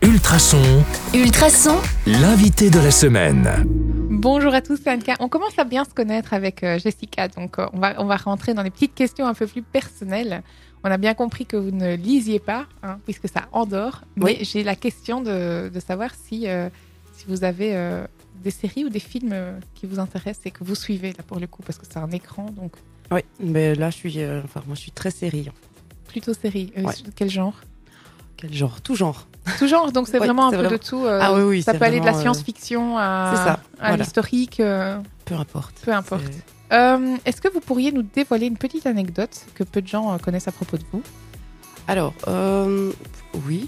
Ultrason, Ultrason, l'invité de la semaine. Bonjour à tous, c'est Anka. On commence à bien se connaître avec Jessica, donc on va rentrer dans les petites questions un peu plus personnelles. On a bien compris que vous ne lisiez pas, puisque ça endort, mais j'ai la question de savoir si vous avez des séries ou des films qui vous intéressent et que vous suivez, là pour le coup, parce que c'est un écran, donc... Oui, mais là moi je suis très série. Plutôt série. Quel genre ? Quel genre ? Tout genre. Tout genre, donc c'est vraiment un peu de tout. Oui, ça c'est peut aller de la vraiment, science-fiction à, c'est ça, à l'historique. Peu importe. Peu importe. Est-ce que vous pourriez nous dévoiler une petite anecdote que peu de gens connaissent à propos de vous ? Alors, oui.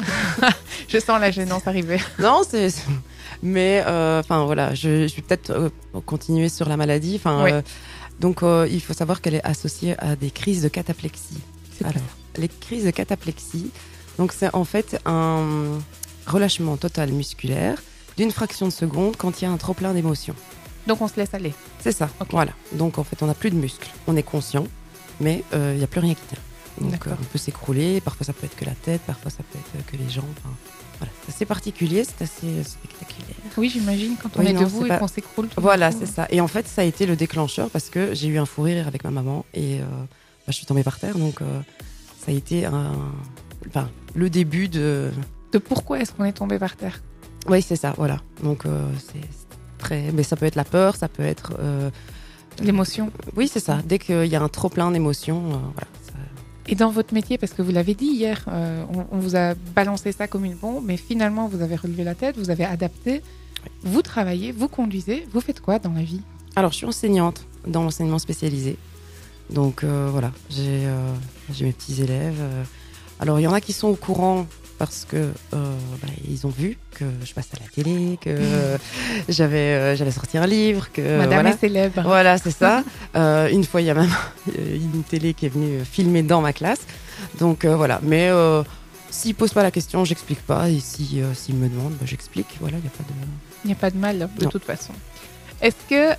Je sens la gênance arriver. Non, mais voilà, je vais peut-être continuer sur la maladie. Donc, il faut savoir qu'elle est associée à des crises de cataplexie. Alors, les crises de cataplexie, donc c'est en fait un relâchement total musculaire d'une fraction de seconde quand il y a un trop plein d'émotions. Donc on se laisse aller. C'est ça, voilà. Donc en fait, on n'a plus de muscles. On est conscient, mais il n'y a plus rien qui tient. Donc on peut s'écrouler, parfois ça peut être que la tête, parfois ça peut être que les jambes. Voilà. C'est assez particulier, c'est assez spectaculaire. Oui, j'imagine, quand on est debout et qu'on s'écroule. Voilà, c'est ça. Et en fait, ça a été le déclencheur parce que j'ai eu un fou rire avec ma maman et je suis tombée par terre. Donc ça a été le début de pourquoi est-ce qu'on est tombé par terre. Oui, c'est ça, voilà. Donc c'est très... Mais ça peut être la peur, ça peut être... l'émotion. Oui, c'est ça. Dès qu'il y a un trop plein d'émotions, voilà. Et dans votre métier, parce que vous l'avez dit hier, on vous a balancé ça comme une bombe, mais finalement, vous avez relevé la tête, vous avez adapté, vous travaillez, vous conduisez, vous faites quoi dans la vie ? Alors, je suis enseignante dans l'enseignement spécialisé. Donc, voilà, j'ai mes petits élèves. Alors, il y en a qui sont au courant parce que ils ont vu que je passe à la télé, que j'allais sortir un livre, que Madame est célèbre. Voilà, c'est ça. Une fois, il y a même une télé qui est venue filmer dans ma classe. Donc voilà. Mais s'ils posent pas la question, j'explique pas. Et s'ils me demandent, j'explique. Voilà, il n'y a pas de mal de toute façon. Est-ce que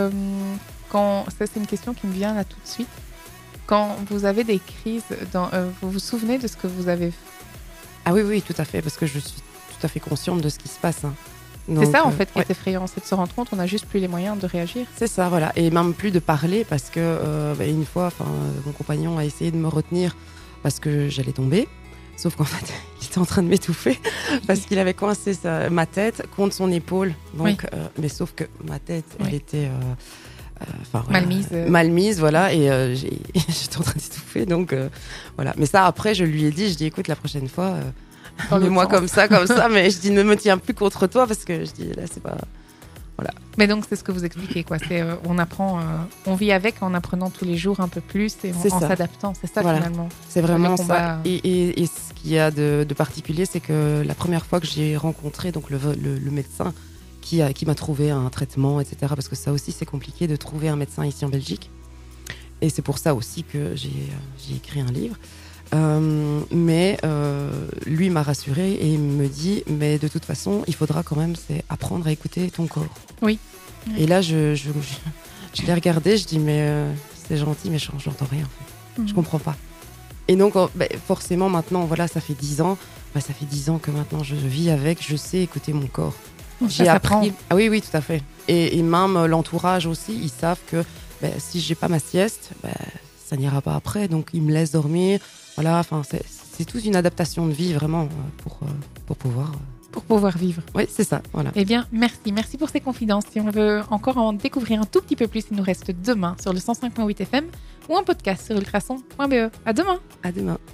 ça c'est une question qui me vient là tout de suite. Quand vous avez des crises, vous vous souvenez de ce que vous avez fait ? Ah oui, tout à fait, parce que je suis tout à fait consciente de ce qui se passe. Donc, c'est ça en fait qui est effrayant, c'est de se rendre compte qu'on n'a juste plus les moyens de réagir. C'est ça, voilà, et même plus de parler parce que une fois, mon compagnon a essayé de me retenir parce que j'allais tomber, sauf qu'en fait, il était en train de m'étouffer parce qu'il avait coincé ma tête contre son épaule. Donc, mais sauf que ma tête, elle était mal mise, voilà, et j'étais en train d'étouffer, donc voilà. Mais ça, après, je lui ai dit, écoute, la prochaine fois, mets-moi comme ça, mais je dis, ne me tiens plus contre toi, parce que je dis, là, c'est pas... Voilà. Mais donc, c'est ce que vous expliquez, quoi. C'est, on apprend, on vit avec en apprenant tous les jours un peu plus et en s'adaptant, c'est ça, voilà. Finalement. C'est vraiment ça. Et ce qu'il y a de particulier, c'est que la première fois que j'ai rencontré donc, le médecin, qui m'a trouvé un traitement, etc. Parce que ça aussi, c'est compliqué de trouver un médecin ici en Belgique. Et c'est pour ça aussi que j'ai écrit un livre. Mais lui m'a rassurée et me dit, mais de toute façon, il faudra quand même apprendre à écouter ton corps. Oui. Et là, je l'ai regardé, je dis, mais c'est gentil, mais je n'entends rien. En fait. Je comprends pas. Et donc, forcément, maintenant, voilà, ça fait 10 ans. Ça fait 10 ans que maintenant, je vis avec, je sais écouter mon corps. J'ai appris. Ah oui, tout à fait. Et même l'entourage aussi, ils savent que si j'ai pas ma sieste, ça n'ira pas après. Donc ils me laissent dormir. Voilà, c'est toute une adaptation de vie vraiment pour pouvoir vivre. Oui, c'est ça. Voilà. Eh bien, merci pour ces confidences. Si on veut encore en découvrir un tout petit peu plus, il nous reste demain sur le 105.8 FM ou un podcast sur ultrason.be. À demain. À demain.